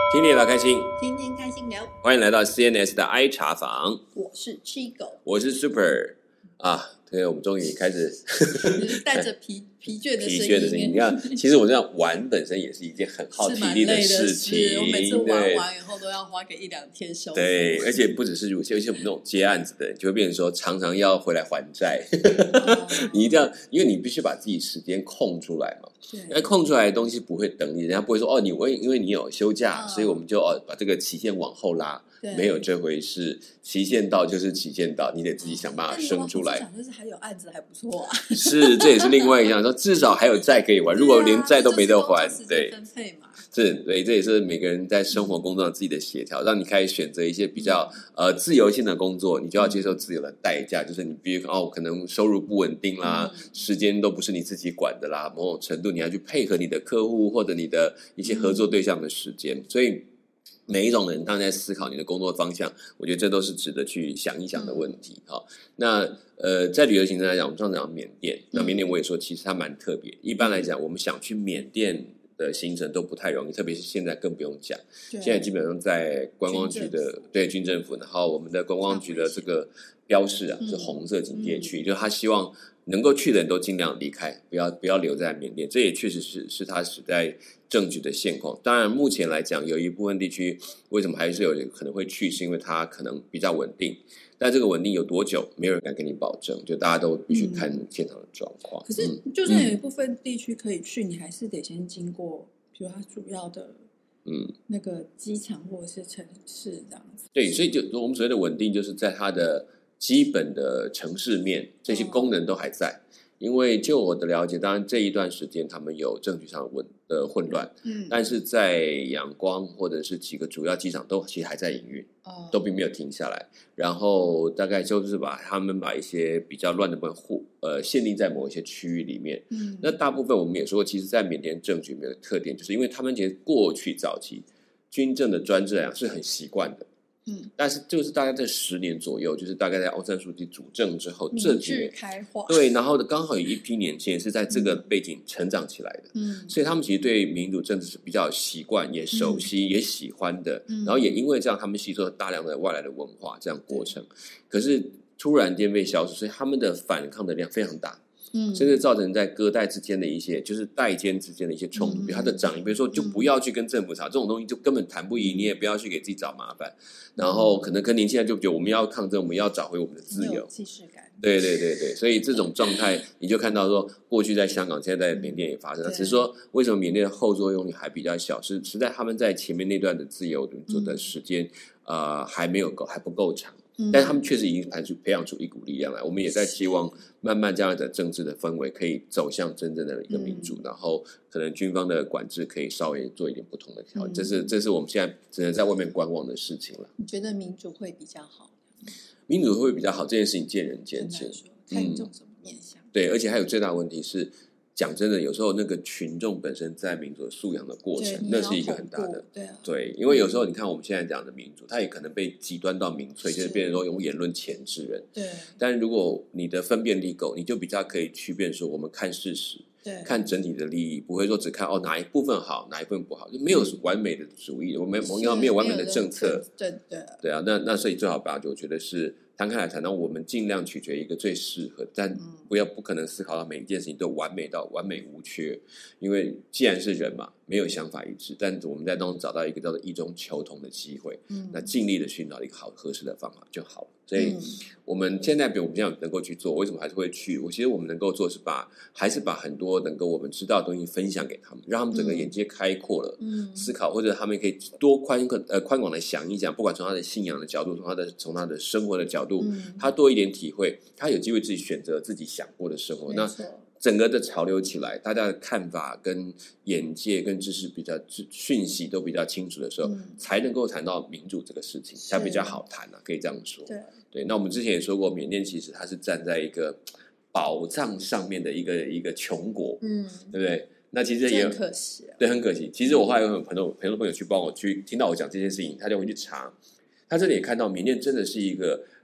听天聊开心， 天天开心聊。 欢迎来到 CNS 的 I 茶房， 我是 Chigo， 我是 Super 啊。对，我们终于开始带着疲倦的声音。 你看，其实我这样玩本身也是一件很耗体力的事情。 我每次玩完以后都要花个1-2天休息。 对，而且不只是如此，而且我们那种接案子的人，就会变成说常常要回来还债。你一定要，因为你必须把自己时间空出来嘛。那空出来的东西不会等你，人家不会说你因为你有休假，所以我们就把这个期限往后拉。没有这回事，期限到就是期限到，你得自己想办法生出来。 但是还有案子还不错啊。 是，这也是另外一项，说至少还有债可以还。如果连债都没得还，对， 分配嘛。 对，这也是每个人在生活工作上自己的协调，让你开始选择一些比较自由性的工作，你就要接受自由的代价，就是你比如可能收入不稳定啦，时间都不是你自己管的啦，某种程度你要去配合你的客户或者你的一些合作对象的时间，所以每一种人当然在思考你的工作方向，我觉得这都是值得去想一想的问题。那在旅游行程来讲，我们上次讲缅甸，那缅甸我也说其实它蛮特别。一般来讲，我们想去缅甸的行程都不太容易，特别是现在更不用讲。现在基本上在观光局的军政府，然后我们的观光局的这个标示是红色警戒区，就是他希望能够去的人都尽量离开，不要留在缅甸。这也确实是他时代政局的现况。当然目前来讲，有一部分地区为什么还是有人可能会去，是因为它可能比较稳定，但这个稳定有多久没有人敢跟你保证，就大家都必须看现场的状况。 可是就算有一部分地区可以去，你还是得先经过比如它主要的那个机场或者是城市这样子。 对，所以就我们所谓的稳定，就是在它的基本的城市面这些功能都还在。因为就我的了解，当然这一段时间他们有政局上的混乱，但是在仰光或者是几个主要机场都其实还在营运，都并没有停下来。然后大概就是他们把一些比较乱的部分限定在某一些区域里面。那大部分我们也说，其实在缅甸政局没有特点，就是因为他们其实过去早期军政的专制来讲是很习惯的。但是就是大概在10年左右，就是大概在翁山书记主政之后，这几年开化， 对，然后刚好有一批年轻人是在这个背景成长起来的，所以他们其实对民主政治是比较习惯、也熟悉、也喜欢的，然后也因为这样，他们吸收了大量的外来的文化，这样过程。可是突然间被消失，所以他们的反抗的量非常大。甚至造成在各代之间的一些，就是代间之间的一些冲突。比如他的长辈，比如说就不要去跟政府吵，这种东西就根本谈不赢，你也不要去给自己找麻烦。然后可能跟年轻人就觉得我们要抗争，我们要找回我们的自由， 既视感。 对，所以这种状态你就看到说，过去在香港，现在在缅甸也发生了。只是说为什么缅甸的后作用力还比较小，是实在他们在前面那段的自由做的时间还不够长。但是他们确实已经培养出一股力量来，我们也在希望慢慢这样的政治的氛围可以走向真正的一个民主，然后可能军方的管制可以稍微做一点不同的调整，这是我们现在只能在外面观望的事情了。 你觉得民主会比较好？ 民主会比较好，这件事情见仁见智， 看重什么面向？ 对，而且还有最大的问题是，讲真的，有时候那个群众本身在民主的素养的过程，那是一个很大的对，因为有时候你看我们现在讲的民主，它也可能被极端到民粹，就是变成说用言论钳制人。对，但如果你的分辨力够，你就比较可以区辨说，我们看事实，看整体的利益，不会说只看哪一部分好，哪一部分不好，就没有完美的主义，我们没有完美的政策。对啊，那所以最好把我觉得是摊开来谈，那我们尽量取决一个最适合，但不可能思考到每一件事情都完美到完美无缺，因为既然是人嘛，没有想法一致，但我们在当中找到一个叫做异中求同的机会，那尽力的寻找一个合适的方法就好了。所以我们现在比如我们这样能够去做，为什么还是会去？其实我们能够做是还是把很多能够我们知道的东西分享给他们，让他们整个眼界开阔了，思考，或者他们可以多宽广的想一想，不管从他的信仰的角度，从他的生活的角度，他多一点体会，他有机会自己选择自己想过的生活。那整个的潮流起来，大家的看法跟眼界跟知识讯息都比较清楚的时候，才能够谈到民主这个事情，才比较好谈可以这样说。对，那我们之前也说过，缅甸其实它是站在一个宝藏上面的一个穷国，对不对？那其实也很可惜，对，很可惜。其实我后来有很多朋友去帮我去听到我讲这件事情，他就会去查，他这里也看到缅甸真的是一个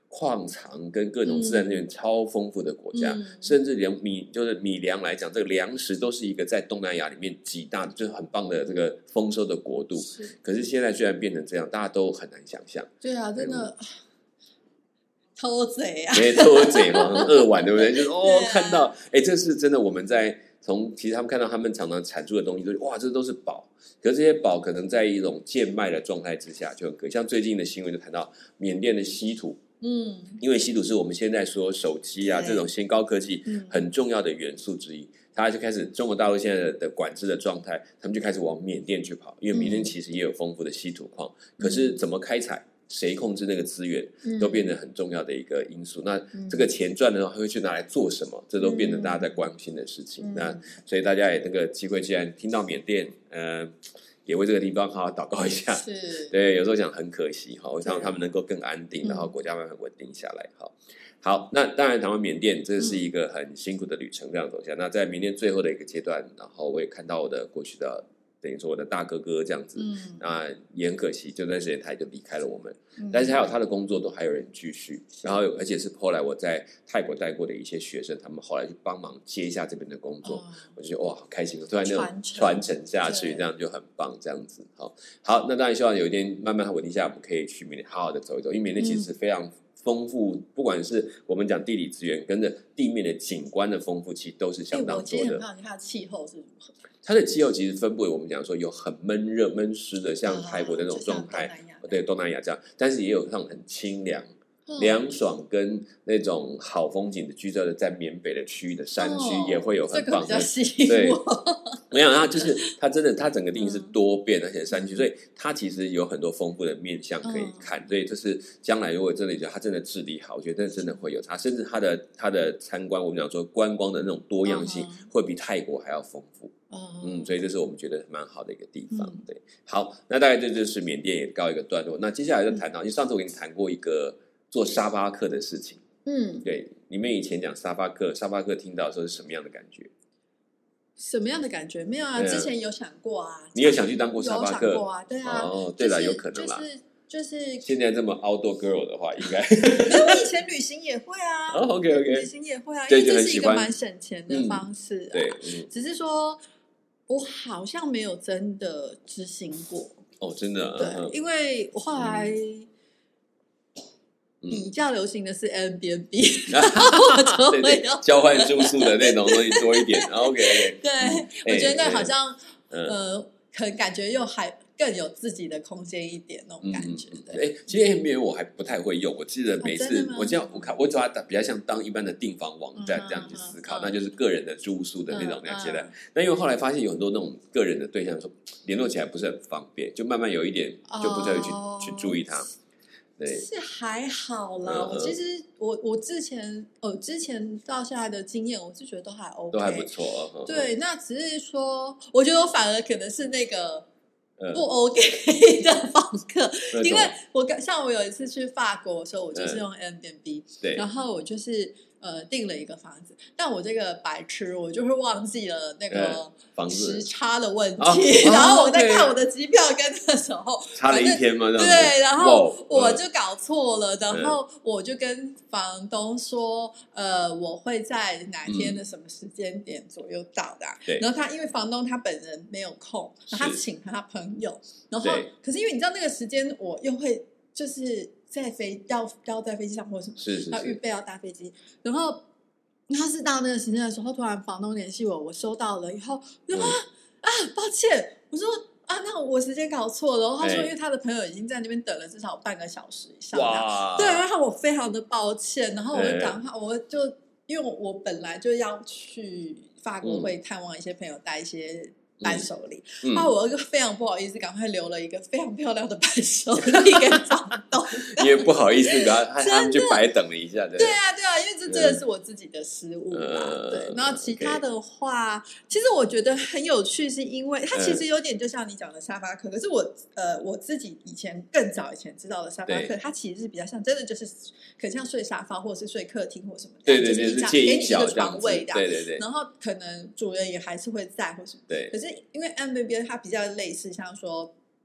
矿藏跟各种自然资源超丰富的国家，甚至连米粮来讲，这个粮食都是一个在东南亚里面极大的，就是很棒的这个丰收的国度。可是现在居然变成这样，大家都很难想象。 对啊，真的。偷贼啊！ 偷贼嘛，很扼腕，对不对？就是看到，这是真的。我们在其实他们看到他们常常产出的东西，都哇，这都是宝。可是这些宝可能在一种贱卖的状态之下，就很可惜。像最近的新闻就谈到缅甸的稀土，因为稀土是我们现在说手机啊这种新高科技很重要的元素之一。他就开始中国大陆现在的管制的状态，他们就开始往缅甸去跑，因为缅甸其实也有丰富的稀土矿，可是怎么开采？谁控制那个资源，都变得很重要的一个因素。那这个钱赚了，会去拿来做什么？这都变成大家在关心的事情。那所以大家也那个机会，既然听到缅甸，也为这个地方好好祷告一下。 是， 对，有时候讲很可惜哈，我希望他们能够更安定，然后国家慢慢稳定下来。好，那当然谈到缅甸，这是一个很辛苦的旅程这样走下。那在缅甸最后的一个阶段，然后我也看到我的过去的。等于说我的大哥哥这样子，那也很可惜，这段时间他就离开了我们。但是还有他的工作都还有人继续，然后而且是后来我在泰国带过的一些学生，他们后来去帮忙接一下这边的工作，我就觉得哇，好开心，突然那种传承下去，这样就很棒，这样子。好，那当然希望有一天慢慢稳定下来，我们可以去缅甸好好的走一走，因为缅甸其实非常丰富，不管是我们讲地理资源，跟着地面的景观的丰富，其实都是相当多的。 我其实很好奇它的气候是如何。 它的气候其实分布我们讲说有很闷热闷湿的，像泰国的那种状态，对东南亚这样，但是也有那种很清凉、凉爽跟那种好风景的居住的，在缅北的区域的山区也会有很棒的。对，没有，它就是它真的，它整个地形是多变，而且山区，所以它其实有很多丰富的面向可以看。所以就是将来如果真的觉得它真的治理好，我觉得真的会有差，甚至它的参观，我们讲说观光的那种多样性会比泰国还要丰富。所以这是我们觉得蛮好的一个地方。对，好，那大概这就是缅甸也告一个段落。那接下来就谈到，因为上次我跟你谈过一个做沙巴克的事情。对，你们以前讲沙巴克听到的时候是什么样的感觉？ 什么样的感觉？没有啊，之前有想过啊。 你有想去当过沙巴克？ 有想过啊，对啊。 对了，有可能啦。 就是现在这么 outdoor girl 的话，应该没有。我以前旅行也会啊。 OK， 旅行也会啊，因为这是一个蛮省钱的方式。 对， 只是说我好像没有真的执行过。 真的。 对，因为我后来比较流行的是 Airbnb， 我就会交换住宿的那种东西多一点。OK， 对，我觉得那好像可能感觉又还更有自己的空间一点那种感觉。 其实 Airbnb 我还不太会用，我记得每次我主要比较像当一般的订房网站这样去思考，那就是个人的住宿的那种了解的。那因为后来发现有很多那种个人的对象说联络起来不是很方便，就慢慢有一点就不再会去注意它。对， 是还好啦。我其实我之前到现在的经验，我是觉得都还 OK， 都还不错。 对，那只是说，我觉得我反而可能是那个不 OK 的访客，因为像我有一次去法国的时候，我就是用 Airbnb，然后我就是订了一个房子，但我这个白痴，我就会忘记了那个时差的问题，然后我在看我的机票跟那时候差了一天吗？ 对，然后我就搞错了，然后我就跟房东说，我会在哪天的什么时间点左右到的。然后因为房东他本人没有空，他请他朋友，然后可是因为你知道那个时间，我又会就是要在飞机上或什么，要预备要搭飞机，然后他是到那个时间的时候，突然房东联系我收到了以后，我说抱歉，我说那我时间搞错了。然后他说，因为他的朋友已经在那边等了至少半个小时以上，对，然后我非常的抱歉，然后我就赶快，我就因为我本来就要去法国会探望一些朋友，带一些伴手礼，我非常不好意思，赶快留了一个非常漂亮的伴手礼给房东， 因为不好意思，他们去白等了一下， 对啊，因为这真的是我自己的失误嘛，对。然后其他的话，其实我觉得很有趣，是因为它其实有点就像你讲的沙发客，可是我自己更早以前知道的沙发客，它其实是比较像真的就是可能像睡沙发或者是睡客厅或什么的， 对， 就是给你一个床位的， 对， 然后可能主人也还是会在或什么， 对， 可是因为 Airbnb 它比较类似像说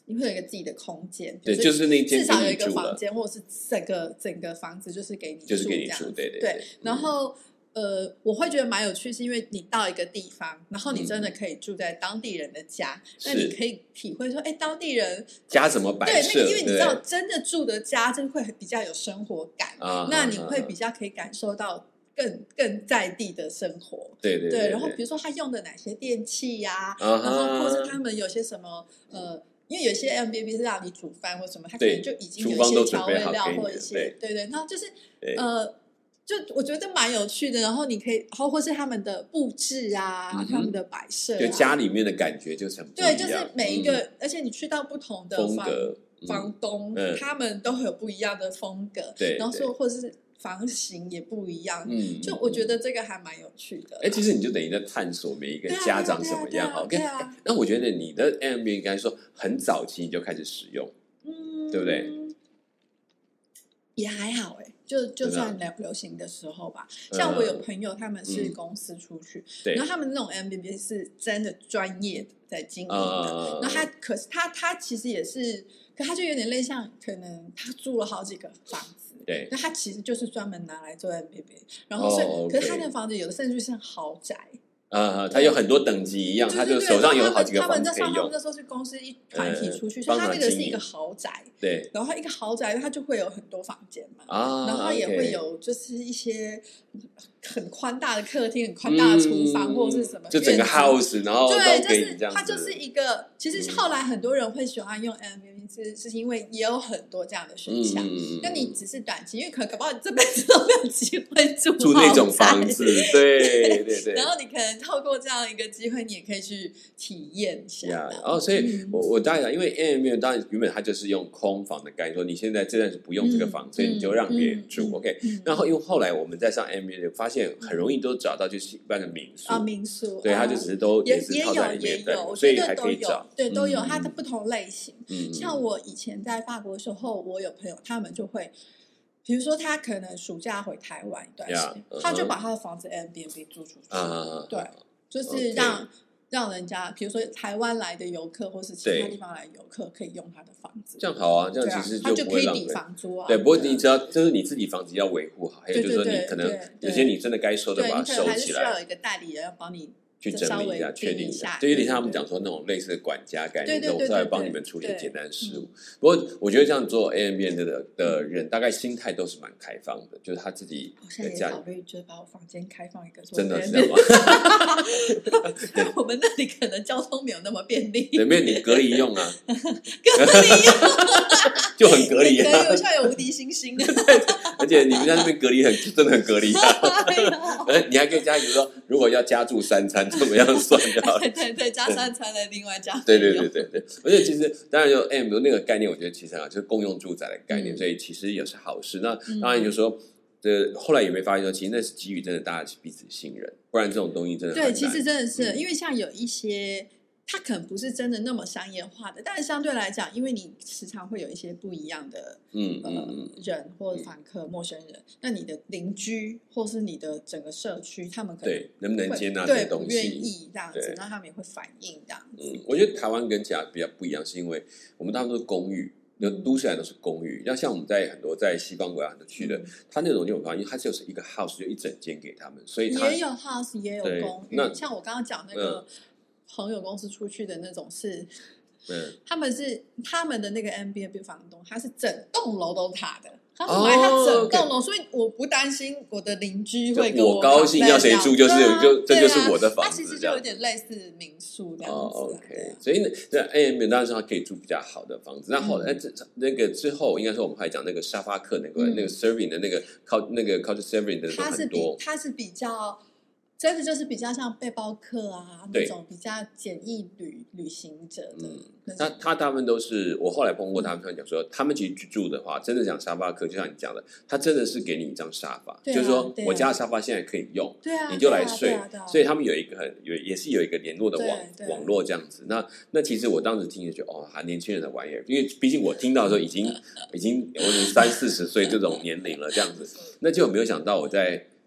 你会有一个自己的空间， 对，就是那间至少有一个房间，或者是整个房子就是给你住， 就是给你住，对。 然后我会觉得蛮有趣，是因为你到一个地方，然后你真的可以住在当地人的家，那你可以体会说，当地人家怎么摆设， 对，因为你知道真的住的家，真的会比较有生活感，那你会比较可以感受到更在地的生活， 对。 然后比如说他用的哪些电器呀，然后或是他们有些什么因为有些 Airbnb 是让你煮饭或什么，他可能就已经有一些调味料或一些对，然后就是就我觉得蛮有趣的，然后你可以，或是他们的布置啊，他们的摆设， 就家里面的感觉就是很不一样， 对，就是每一个，而且你去到不同的风格房东，他们都会有不一样的风格， 对， 然后说或者是房型也不一样，就我觉得这个还蛮有趣的。 其实你就等于在探索每一个家长什么样，好，那我觉得你的 Airbnb 应该说很早期你就开始使用，对不对？ 也还好就算流行的时候吧。像我有朋友他们是公司出去，然后他们那种 Airbnb 是真的专业在经营的，然后可是他其实也是，可他就有点类像，可能他租了好几个房子， 对， 那他其实就是专门拿来做 Airbnb， 然后所以可是他的房子有的甚至是豪宅。 他有很多等级一样，他就手上有好几个房子可以用。 他们那时候是公司一团体出去，所以他那个是一个豪宅。 对， 然后一个豪宅，它就会有很多房间嘛，然后也会有就是一些很宽大的客厅、很宽大的厨房或者是什么， 就整个 house， 然后对，就是它就是一个。其实后来很多人会喜欢用 Airbnb， 是因为也有很多这样的选项。那你只是短期，因为可能搞不好你这辈子都没有机会住那种房子，对。 然后你可能透过这样一个机会，你也可以去体验一下。 然后所以我当然因为 Airbnb 当然原本它就是用空房的概念，说你现在这段是不用这个房，所以你就让别人住。OK， 然后因为后来我们在上 Airbnb 发现很容易都找到就是一般的民宿民宿， 对，它就只是都也是套在里面的，所以还可以找， 对，都有它的不同类型。像我以前在法国的时候，我有朋友他们就会。比如说，他可能暑假回台湾一段时间，他就把他的房子 Airbnb 租出去，对，就是让人家，比如说台湾来的游客或是其他地方来的游客，可以用他的房子， 这样好啊，这样其实他就不会浪费， 可以抵房租啊。 对，不过你只要就是你自己房子要维护好，还有就是说你可能有些你真的该收的把它收起来， 还是需要有一个代理人要帮你。 去整理一下，确定一下，就有点像他们讲说那种类似的管家概念，我稍微帮你们处理简单事务。不过我觉得这样做 Airbnb 的人，大概心态都是蛮开放的，就是他自己的家。我现在也考虑就是把我房间开放一个， 真的是这样吗？ 我们那里可能交通没有那么便利， 对，没有你隔离用啊， 隔离用就很隔离啊， 我现在有无敌星星的， 而且你们在那边隔离真的很隔离啊，你还可以加，比如说如果要加住3餐。怎么样算就好了？ 对，加3餐的另外加。 对。而且其实当然就那个概念，我觉得其实就是公用住宅的概念，所以其实也是好事。那当然就是说，后来也没发现说，其实那是基于真的大家彼此信任，不然这种东西真的很难。 对，其实真的是因为像有一些。它可能不是真的那么商业化的，但是相对来讲，因为你时常会有一些不一样的人或者访客、陌生人，那你的邻居或是你的整个社区，他们可能能不能接纳这些东西， 不愿意这样子，那他们也会反应这样子。 我觉得台湾跟其他比较不一样，是因为我们大部分都是公寓。都市来都是公寓，像我们在很多在西方国家很多去的，他那种地方，因为它就是一个 house 就一整间给他们，所以也有 house 也有公寓。那像我刚刚讲那个。朋友公司出去的那种是，他们的那个 Airbnb 房东，他是整栋楼都是他的，他是买他整栋楼，所以我不担心我的邻居会跟我高兴要谁住就是这就是我的房子， 他其实就有点类似民宿这样子。 OK， 所以Airbnb 当然是他可以住比较好的房子，那后来那个之后，应该说我们还讲那个沙发客那个 serving 的那个couch serving 的很多， 他是比较。真的就是比较像背包客啊，那种比较简易旅行者的。 那他们都是我后来碰过他们讲说，他们其实居住的话，真的讲沙发客，就像你讲的，他真的是给你一张沙发，就是说我家的沙发现在可以用，你就来睡。所以他们有一个也是有一个联络的网络这样子。那其实我当时听就觉得年轻人的玩意儿，因为毕竟我听到的时候已经我30-40岁这种年龄了这样子，那就没有想到我在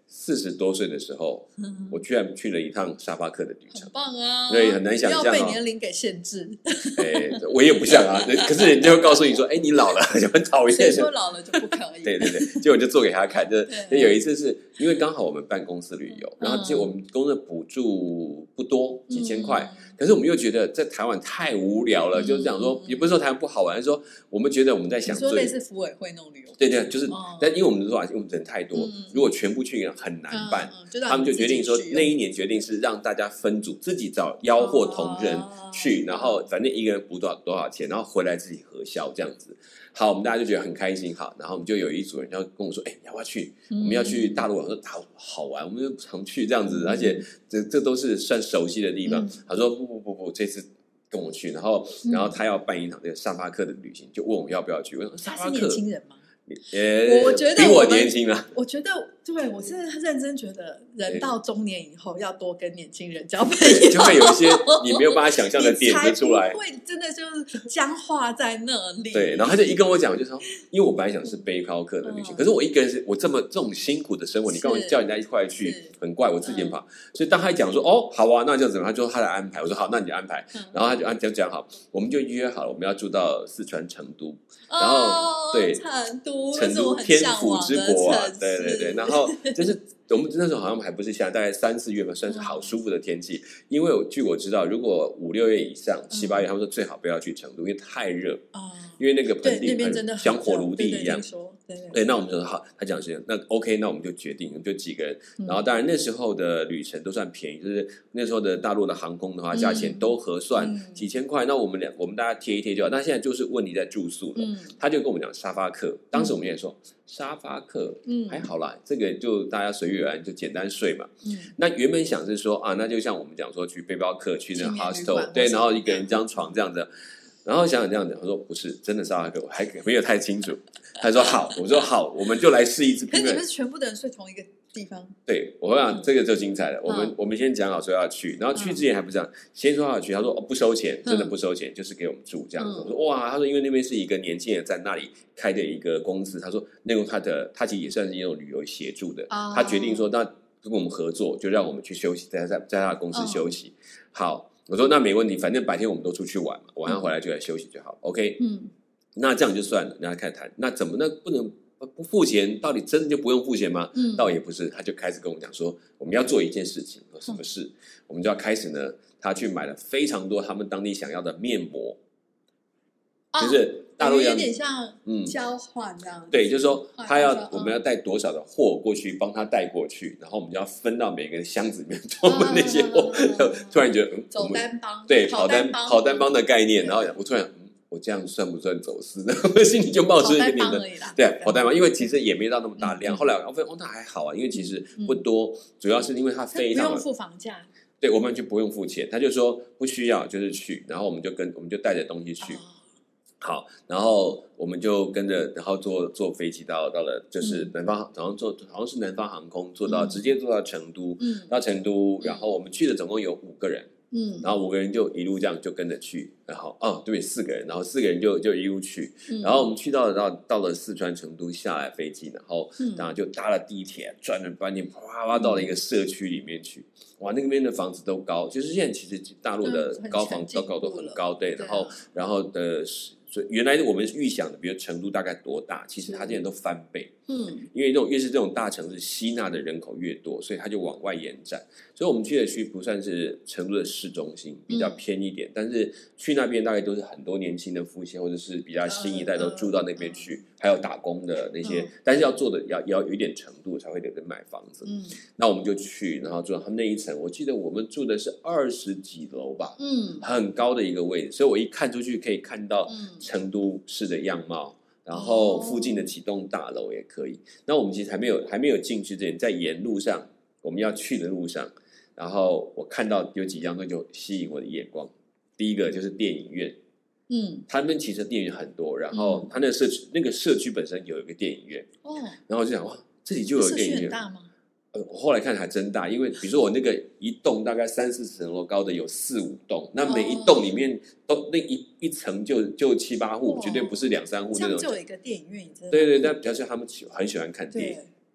40多岁的时候，我居然去了一趟沙发客的旅程， 很棒啊！ 对，很难想象， 不要被年龄给限制。 我也不想啊，可是人家会告诉你说，你老了，就很讨厌。 谁说老了就不可以？ 对，结果就做给他看。就有一次是因为刚好我们办公司旅游，然后我们公司的补助不多，几千块，可是我们又觉得在台湾太无聊了，就是讲说，也不是说台湾不好玩，是说我们觉得我们在想说类似福委会那种旅游， 对，就是，但因为我们的说法，因为我们人太多，如果全部去很难办，他们就决定说那一年决定是让大家分组，自己找邀或同仁去，然后反正一个人补多少钱，然后回来自己核销这样子。好，我们大家就觉得很开心，好，然后我们就有一组人要跟我说，要不要去？我们要去大陆，我说好玩，我们就常去这样子，而且这都是算熟悉的地方。他说不，这次跟我去，然后他要办一场这个沙发客的旅行，就问我要不要去。我说沙发客， 他是年轻人吗？ 我觉得比我年轻了。 我觉得，对，我是认真觉得，人到中年以后要多跟年轻人交朋友， 就会有一些你没有办法想象的点子出来， 会真的就是僵化在那里。 对，然后他就一跟我讲，就说，因为我本来想是背包客的旅行，可是我一个人我这种辛苦的生活，你跟我叫人家一块去，很怪，我自己跑。所以当他讲说，好啊，那就怎么？他就他的安排，我说好，那你安排。然后他就讲好，我们就约好了，我们要住到四川成都，然后对成都天府之国啊，对，然后就是我们那时候好像还不是夏，大概3、4月吧，算是好舒服的天气。因为据我知道，如果5、6月以上7、8月，他们说最好不要去成都，因为太热因为那个盆地像火炉地一样。对，那我们就说好，他讲是那 OK， 那我们就决定，我们就几个人。然后当然那时候的旅程都算便宜，就是那时候的大陆的航空的话，价钱都合算几千块。那我们大家贴一贴就好。那现在就是问题在住宿了。他就跟我们讲沙发客，当时我们也说沙发客还好啦，这个就大家随遇而安，就简单睡嘛。那原本想是说那就像我们讲说去背包客去那 hostel， 对，然后一个人一张床这样子。然后想这样讲，他说不是真的沙发客，我还没有太清楚。他说好，我说好，我们就来试一次。 可是你们是全部的人睡同一个地方？ 对，我想这个就精彩了。我们先讲好说要去，然后去之前还不这样，先说要去。他说不收钱，真的不收钱，就是给我们住这样子。我说哇，他说因为那边是一个年轻人在那里开的一个公司，他说那个他其实也算是一种旅游协助的，他决定说那跟我们合作，就让我们去休息，在他的公司休息。好。我说那没问题，反正白天我们都出去玩嘛，晚上回来就来休息就好 OK。那这样就算了，然后开始谈，那怎么不能不付钱？到底真的就不用付钱吗？倒也不是，他就开始跟我们讲说，我们要做一件事情，什么事？我们就要开始呢，他去买了非常多他们当地想要的面膜，就是大陆有点像交换这样子。 对，就是说我们要带多少的货过去，帮他带过去，然后我们就要分到每个箱子里面装那些货。突然觉得走单帮， 对，跑单帮的概念。然后我突然我这样算不算走私？我心里就冒出一个念头，对，跑单帮，因为其实也没到那么大量。后来我发现那还好啊，因为其实不多，主要是因为它非常不用付房价。 对，我们就不用付钱，他就说不需要，就是去，然后我们就带着东西去。好，然后我们就跟着，然后坐飞机到了，就是南方，好像是南方航空直接坐到成都，到成都，然后我们去的总共有5个人，然后5个人就一路这样就跟着去，然后对，4个人，然后4个人就一路去，然后我们去到了四川成都，下来飞机，然后就搭了地铁，转了半天，啪到了一个社区里面去，哇，那边的房子都高，就是现在其实大陆的高房高都很高，对，然后的。所以原来我们预想的，比如成都大概多大，其实它现在都翻倍。因为越是这种大城市，吸纳的人口越多，所以它就往外延展。所以我们去的区不算是成都的市中心，比较偏一点，但是去那边大概都是很多年轻的夫妻或者是比较新一代都住到那边去，还有打工的那些，但是要做的要有一点程度才会得买房子。那我们就去，然后住到他们那一层，我记得我们住的是20几楼吧，很高的一个位置，所以我一看出去可以看到成都市的样貌。然后附近的几栋大楼也可以。那我们其实还没有进去之前，在沿路上我们要去的路上，然后我看到有几样东西就吸引我的眼光。第一个就是电影院，他们其实电影院很多，然后他那个社区本身有一个电影院，然后我就想哇，这里就有电影院， 社区很大吗？ 我后来看还真大，因为比如说我那个一栋大概3、4层楼高的有4、5栋，那每一栋里面都那一层就7、8户，绝对不是2、3户那种。 就有一个电影院， 对，但比较像他们很喜欢看电影。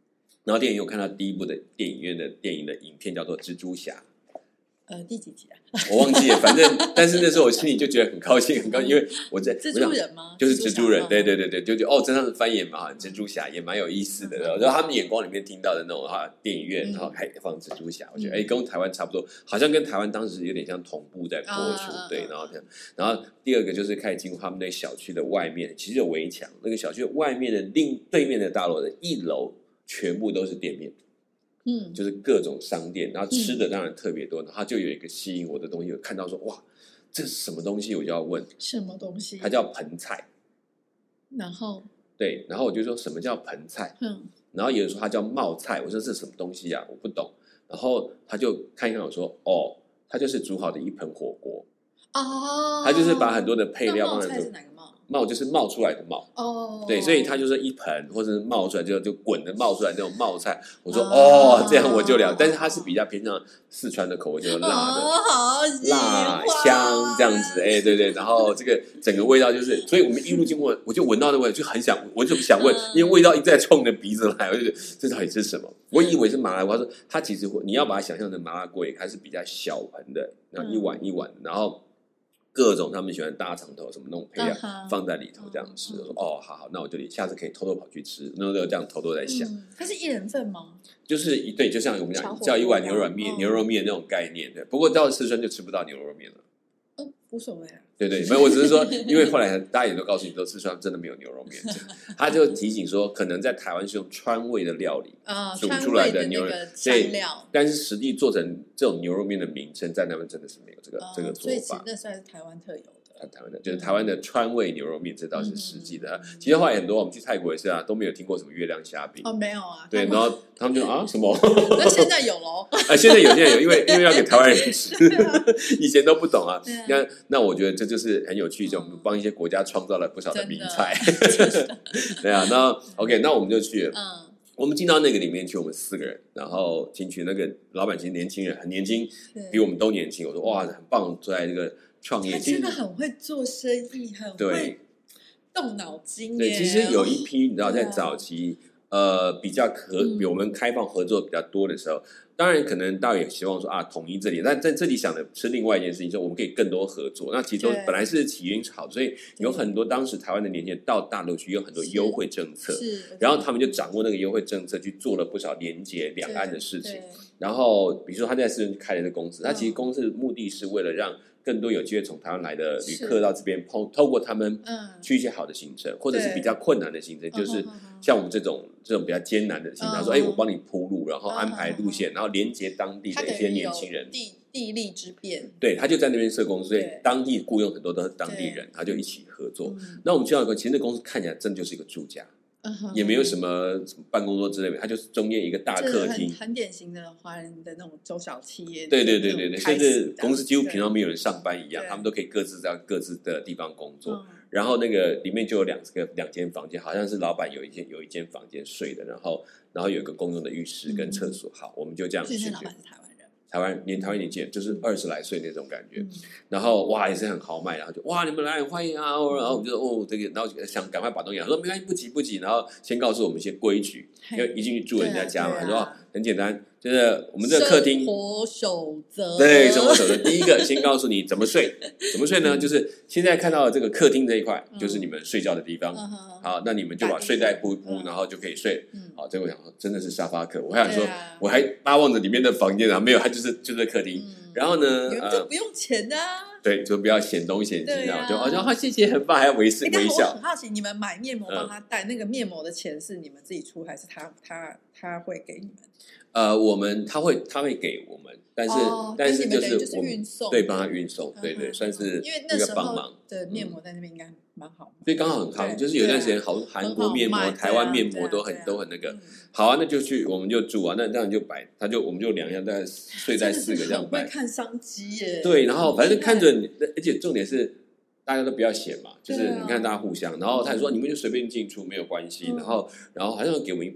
然后电影我看到第一部的电影院的电影的影片叫做《蜘蛛侠》。 第几集啊？ 我忘记了，反正但是那时候我心里就觉得很高兴，很高兴，因为我在蜘蛛人吗？ 就是蜘蛛人，对，就觉得这样子翻译也蛮好，蜘蛛侠也蛮有意思的。然后他们眼光里面听到的那种电影院，然后还放蜘蛛侠，我觉得跟台湾差不多，好像跟台湾当时有点像同步在播出，对，然后这样。然后第二个就是开始进入他们那小区的外面，其实有围墙，那个小区外面的对面的大楼的1楼全部都是店面。就是各种商店，然后吃的当然特别多，然后就有一个吸引我的东西，我看到说哇，这是什么东西？我就要问什么东西？ 它叫盆菜。 然后对，然后我就说什么叫盆菜？然后有人说它叫冒菜，我说这是什么东西啊？我不懂。然后他就看一看我说哦，它就是煮好的一盆火锅哦，他就是把很多的配料放在这。冒就是冒出来的冒对，所以它就是一盆或者是冒出来就滚的冒出来那种冒菜。我说这样我就了，但是它是比较偏向四川的口味，就是辣的，辣香这样子，对，然后这个整个味道就是，所以我们一路经过，我就闻到那味，就很想，我就想问，因为味道一直在冲你的鼻子来，我就觉得这到底是什么？我以为是麻辣锅，他说它其实你要把它想象成麻辣锅，它是比较小盆的，然后一碗一碗的，然后。各种他们喜欢大肠头什么那种配料放在里头这样吃，我说好，那我就下次可以偷偷跑去吃，那我就这样偷偷在想。 它是1人份吗？ 就是对，就像我们讲叫一碗牛肉面那种概念的。不过到四川就吃不到牛肉面了。 无所谓啊。 对，没有，我只是说，因为后来大家也都告诉你说，四川真的没有牛肉面，他就提醒说，可能在台湾是用川味的料理煮出来的牛肉对， 但是实际做成这种牛肉面的名称，在那边真的是没有这个做法。 所以其实那算是台湾特有的。 台湾的就是台湾的川味牛肉面，这倒是实际的。其实后来很多我们去泰国也是都没有听过什么月亮虾饼没有啊。 对，然后他们就什么？ 那现在有喽。 现在有，因为要给台湾人吃，以前都不懂啊。那我觉得这就是很有趣，就我们帮一些国家创造了不少的名菜。对啊，那 OK， 那我们就去了。我们进到那个里面去，我们4个人，然后进去那个老板其实年轻人，很年轻，比我们都年轻。我说哇，很棒，坐在这个创业， 他真的很会做生意，很会动脑筋。 对，其实有一批你知道，在早期比较比我们开放合作比较多的时候。当然，可能大家也希望说统一这里，但在这里想的是另外一件事情，就是我们可以更多合作。那其中本来是起因好，所以有很多当时台湾的年轻人到大陆去，有很多优惠政策，然后他们就掌握那个优惠政策，去做了不少连结两岸的事情。然后，比如说他在四川开了一个公司，他其实公司的目的是为了让更多有机会从台湾来的旅客到这边，透过他们去一些好的行程，或者是比较困难的行程，就是像我们这种比较艰难的行程，他说：“我帮你铺路，然后安排路线，然后连接当地的一些年轻人。” 地利之便， 对，他就在那边设公司，所以当地雇佣很多都是当地人，他就一起合作。那我们去到一个，其实那公司看起来真就是一个住家。也没有什么办公桌之类的，它就是中间一个大客厅， 很典型的华人的那种中小企业。 对，甚至公司几乎平常没有人上班一样，他们都可以各自在各自的地方工作。然后那个里面就有2间房间，好像是老板有一间房间睡的，然后有一个公用的浴室跟厕所。好，我们就这样去。 老板是台湾人。 台湾年纪就是20来岁那种感觉，然后哇也是很豪迈，然后就哇你们来欢迎啊，然后我们就这个，然后想赶快把东西说没关系不急，然后先告诉我们一些规矩，因为一进去住人家家嘛，他说很简单，就是我们这个客厅生活守则， 对生活守则，第一个先告诉你怎么睡呢？就是现在看到的这个客厅这一块，就是你们睡觉的地方，好，那你们就把睡袋铺一铺，然后就可以睡。好，这个我想说真的是沙发客，我还想说我还巴望着里面的房间，然后没有，它就是客厅。然后呢， 你们这不用钱的啊。 对，就不要显东显西，然后就好像谢谢很棒，还要微笑。 我很好奇，你们买面膜帮他带，那个面膜的钱是你们自己出，还是他会给你们？ 他会给我们，但是就是我们对帮他运送，对，算是因为那时帮忙的面膜在那边应该蛮好， 所以刚好很夯，就是有段时间韩国面膜、台湾面膜都很那个。好啊，那就去我们就住啊，那这样就摆，我们就2样，大概睡在4个这样摆， 会看商机耶。 对，然后反正看着你，而且重点是大家都不要嫌嘛，就是你看大家互相，然后他说你们就随便进出没有关系，然后好像给我们一把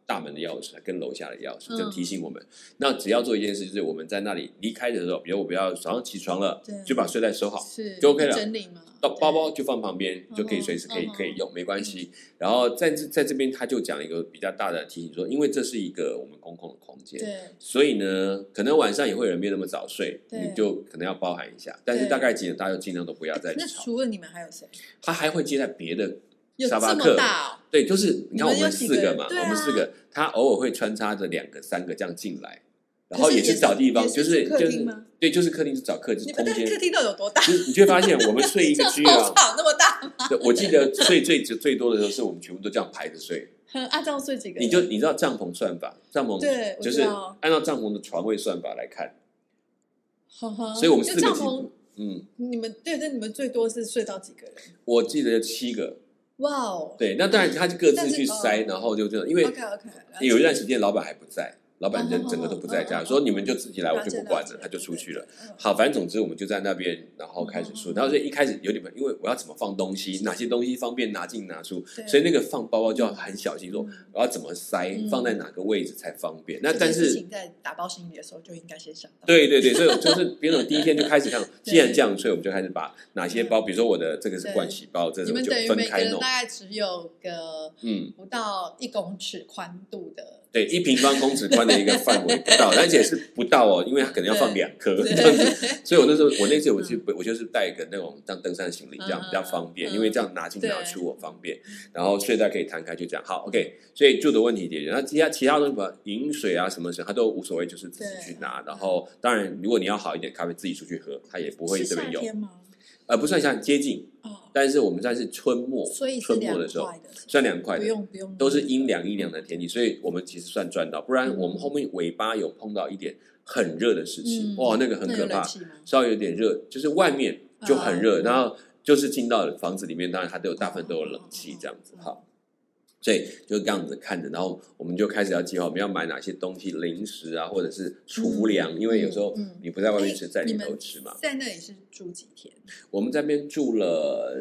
大门的钥匙跟楼下的钥匙，就提醒我们。那只要做一件事，就是我们在那里离开的时候，比如我不要早上起床了，就把睡袋收好，就 OK 了。 整理嘛， 到包包就放旁边，就可以随时可以用，没关系。然后在这边他就讲了一个比较大的提醒说，因为这是一个我们公共的空间，所以呢，可能晚上也会有人没有那么早睡，你就可能要包含一下。但是大概几点大家就尽量都不要再吵。 那除了你们还有谁？ 他还会接待别的沙发客，对，就是你看我们4个嘛，我们4个，他偶尔会穿插着2个3个这样进来。然后也是找地方，就是客厅吗？ 对，就是客厅是找客厅空间。 客厅到底有多大？ 你就会发现我们睡一个区啊， 场那么大吗？ 对，我记得睡最多的时候是我们全部都这样排着睡。 按照睡几个？ 你知道帐篷算法，帐篷对，就是按照帐篷的床位算法来看。所以我们4个帐篷，你们最多是睡到几个人？ 我记得7个。 哇哦！ 对，那当然他就各自去塞，然后就这样，因为有一段时间老板还不在。老板人整个都不在家，说你们就自己来，我就不管了，他就出去了。好，反正总之我们就在那边，然后开始说。然后所以一开始有点，因为我要怎么放东西，哪些东西方便拿进拿出，所以那个放包包就要很小心，说我要怎么塞，放在哪个位置才方便。那但是在打包行李的时候就应该先想到。 对，所以就是别人第一天就开始看，既然这样，所以我们就开始把哪些包，比如说我的这个是盥洗包，这种就分开弄。 大概只有个不到1公尺宽度的。 对，1平方公尺宽的一个范围不到，而且是不到哦，因为它可能要放2颗这样子，所以我那次我就是带一个那种当登山行李这样比较方便，因为这样拿进拿出我方便，然后睡袋可以摊开就这样。好 ，OK， 所以住的问题解决，那其他东西，饮水啊什么它都无所谓，就是自己去拿。然后当然，如果你要好一点咖啡，自己出去喝，它也不会这边有。不算像接近，但是我们在是春末的时候算凉快的， 不用， 都是阴凉的天气，所以我们其实算赚到。不然我们后面尾巴有碰到一点很热的时期，哇，那个很可怕，稍微有点热，就是外面就很热，然后就是进到房子里面，当然它大部分都有冷气这样子，好。所以就这样子看着，然后我们就开始要计划我们要买哪些东西，零食啊，或者是储粮，因为有时候你不在外面吃，在里头吃嘛。 在那里是住几天？我们在那边住了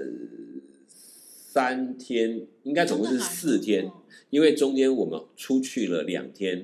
3天，应该总共是4天，因为中间我们出去了2天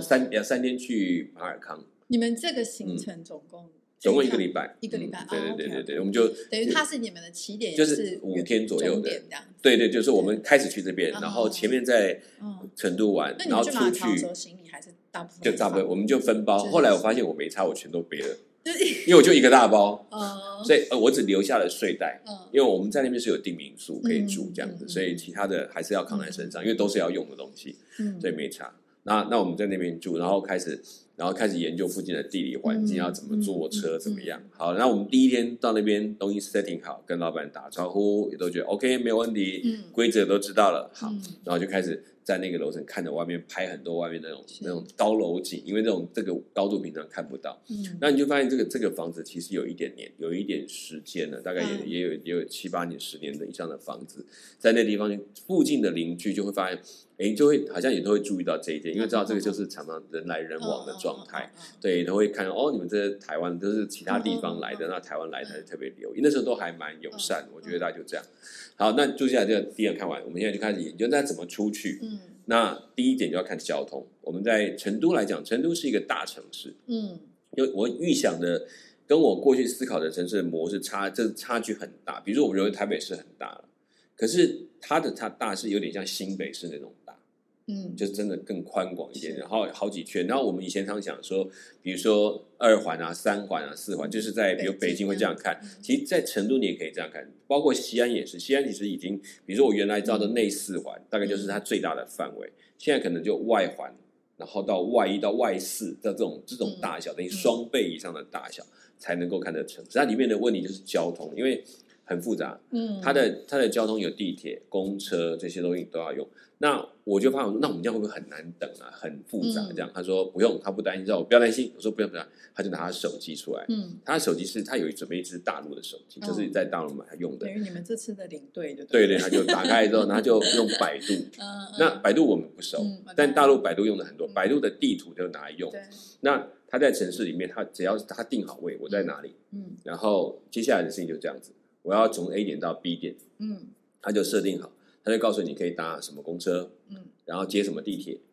，3天去马尔康。 你们这个行程总共 1个礼拜，对，我们就等于它是你们的起点， 就是5天左右的，对，就是我们开始去这边，然后前面在成都玩，然后出去， 行李还是大部分就大部分我们就分包。后来我发现我没差，我全都背了，因为我就一个大包，所以我只留下了睡袋，因为我们在那边是有订民宿可以住这样子，所以其他的还是要扛在身上，因为都是要用的东西，所以没差。那我们在那边住，然后开始研究附近的地理环境，要怎么坐车，怎么样。好，那我们第一天到那边东西 setting 好，跟老板打招呼，也都觉得 OK 没有问题，规则都知道了。好，然后就开始在那个楼层看着外面，拍很多外面那种高楼景，因为这个高度平常看不到。那你就发现这个房子其实有一点时间了，大概也有7、8年、10年的以上的房子，在那地方附近的邻居就会发现。就会好像也都会注意到这一点，因为知道这个就是常常人来人往的状态，对，都会看你们这台湾都是其他地方来的，那台湾来的特别留意，那时候都还蛮友善的，我觉得大家就这样。好，那接下来这个第一看完，我们现在就开始研究那怎么出去。那第一点就要看交通。我们在成都来讲，成都是一个大城市，因为我预想的跟我过去思考的城市的模式差距很大。比如说，我认为台北市很大了，可是它大是有点像新北市那种。就是真的更宽广一点，然后好几圈。然后我们以前常想说，比如说2环啊、3环啊、4环，就是在比如北京会这样看。其实，在成都你也可以这样看，包括西安也是。西安其实已经，比如说我原来知道的内4环，大概就是它最大的范围。现在可能就外环，然后到外1到外4的这种大小，等于双倍以上的大小才能够看得成。它里面的问题就是交通，因为很复杂。它的交通有地铁、公车这些东西都要用。那我就发现，那我们这样会不会很难等啊？很复杂这样。他说不用，他不担心，我不要担心。我说不用，他就拿他手机出来。他的手机是他准备一支大陆的手机，就是在大陆买用的。 等于你们这次的领队就对，他就打开之后，他就用百度。那百度我们不熟，但大陆百度用的很多，百度的地图就拿来用。那他在城市里面，他只要他定好位，我在哪里，然后接下来的事情就这样子，我要从 A 点到 B 点，他就设定好。他就告诉你可以搭什么公车，然后接什么地铁，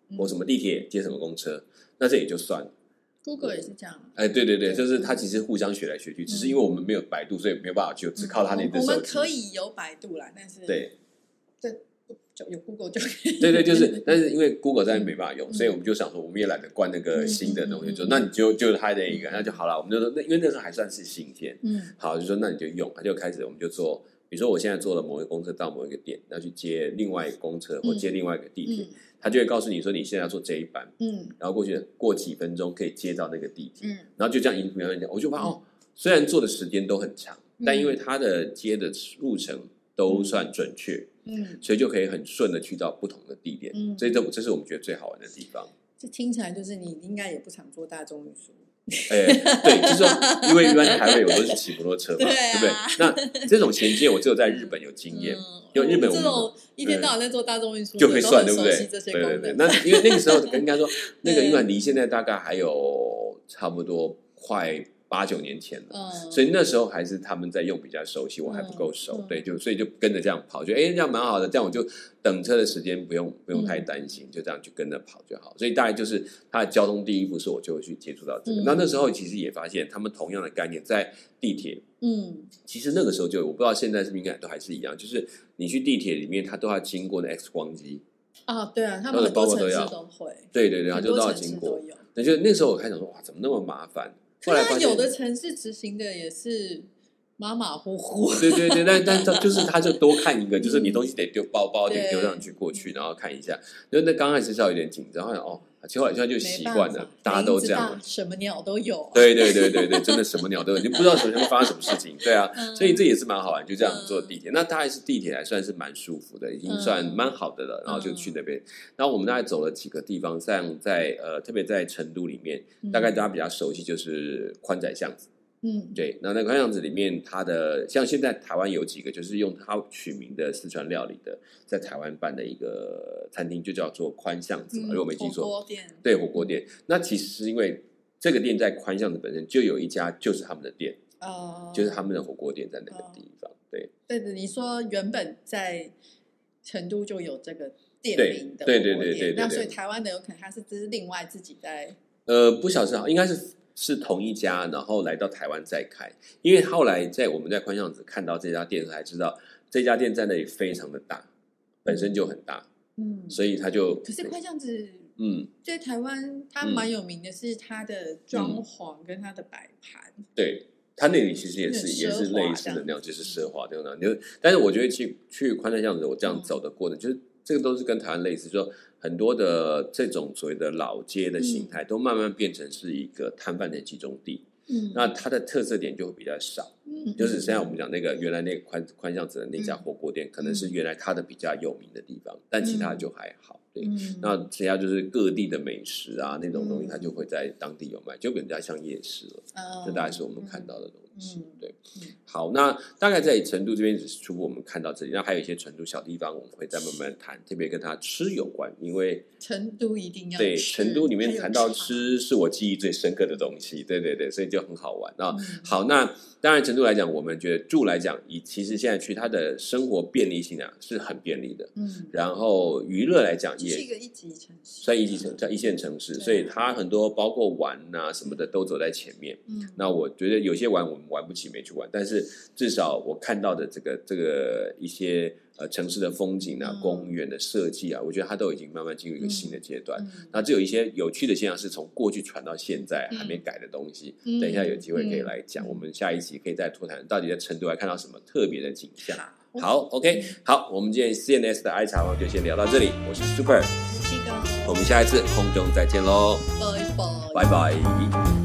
或什么地铁接什么公车，那这也就算了。 Google 也是这样。 对，就是它其实互相学来学去，只是因为我们没有百度，所以没有办法就只靠它那只手机。 我们可以有百度啦，但是对， 就有 Google 就可以。 对，就是，但是因为 Google 在没办法用，所以我们就想说，我们也懒得灌那个新的东西，就那你就它的一个，那就好了。我们就说，因为那时候还算是新鲜，好，就说那你就用，他就开始我们就做，比如说我现在坐了某一个公车到某一个点，要去接另外一个公车或接另外一个地铁。他就会告诉你说你现在要坐这一班，然后过几分钟可以接到那个地铁，然后就这样一步一步讲，我就发现虽然坐的时间都很长，但因为它的接的路程都算准确，所以就可以很顺的去到不同的地点，所以这是我们觉得最好玩的地方。 这听起来就是你应该也不常坐大众运输。 对，就是说，因为一般台北我都是骑摩托车嘛，对不对？那这种衔接我只有在日本有经验，因为日本我们这种一天到晚在做大众运输就会算，对不对？ 对。 那因为那个时候应该说，那个因为离现在大概还有差不多快8-9年前了，所以那时候还是他们在用比较熟悉，我还不够熟，对，所以就跟着这样跑，觉得这样蛮好的，这样我就等车的时间不用太担心，就这样就跟着跑就好。所以大概就是它的交通第一步是我就会去接触到这个。那时候其实也发现他们同样的概念在地铁，其实那个时候就我不知道现在是不是应该都还是一样，就是你去地铁里面，它都要经过那 X 光机对啊，他们很多城市都会， 对，它就都要经过。那就那时候我开始想说，哇，怎么那么麻烦？ 后来有的城市执行的也是马马虎虎， 对，但就是他就多看一个，就是你东西得丢包包得丢上去过去，然后看一下。因为那刚开始是有点紧张，其实后来现在就习惯了，大家都这样， 什么鸟都有。 对，真的什么鸟都有，你不知道什么时候发生什么事情。对啊，所以这也是蛮好玩，就这样坐地铁。那大概是地铁还算是蛮舒服的，已经算蛮好的了。然后就去那边，然后我们大概走了几个地方，像在特别在成都里面，大概大家比较熟悉就是宽窄巷子。对，那宽巷子里面，它的像现在台湾有几个就是用它取名的四川料理的，在台湾办的一个餐厅，就叫做宽巷子嘛，如果没记错， 火锅店。 对，火锅店。那其实是因为这个店在宽巷子本身就有一家，就是他们的店，就是他们的火锅店在那个地方。对， 你说原本在成都就有这个店名的， 对， 那所以台湾的有可能它是只是另外自己在， 不晓得，应该是同一家，然后来到台湾再开。因为后来我们在宽巷子看到这家店的时候，才知道这家店在那里非常的大，本身就很大，所以他就。 可是宽巷子，在台湾它蛮有名的是它的装潢跟它的摆盘， 对，它那里其实也是类似的那样，就是奢华这样。但是我觉得去宽窄巷子，我这样走的过程，就是这个都是跟台湾类似，就很多的这种所谓的老街的形态，都慢慢变成是一个摊贩的集中地。那它的特色点就会比较少。就是现在我们讲那个原来那个宽巷子的那家火锅店，可能是原来它的比较有名的地方，但其他就还好。对，那其他就是各地的美食啊，那种东西它就会在当地有卖，就比较像夜市了。这大概是我们看到的东西。对，好，那大概在成都这边只是初步我们看到这里，那还有一些成都小地方我们会再慢慢谈，特别跟它吃有关，因为成都一定要对成都里面谈到吃是我记忆最深刻的东西。对，所以就很好玩啊。好，那当然成都来讲，我们觉得住来讲，其实现在去它的生活便利性是很便利的。然后娱乐来讲也是一个一级城市， 算一线城市，所以它很多包括玩啊什么的都走在前面。那我觉得有些玩我们玩不起，没去玩，但是至少我看到的这个一些城市的风景啊、公园的设计啊，我觉得它都已经慢慢进入一个新的阶段。那这有一些有趣的现象是从过去传到现在还没改的东西，等一下有机会可以来讲。我们下一期可以再拓展到底在成都还看到什么特别的景象。好 ，OK， 好，我们今天 CNS 的爱茶坊就先聊到这里。我是 Super， 我是七哥， 我们下一次空中再见喽， 拜拜。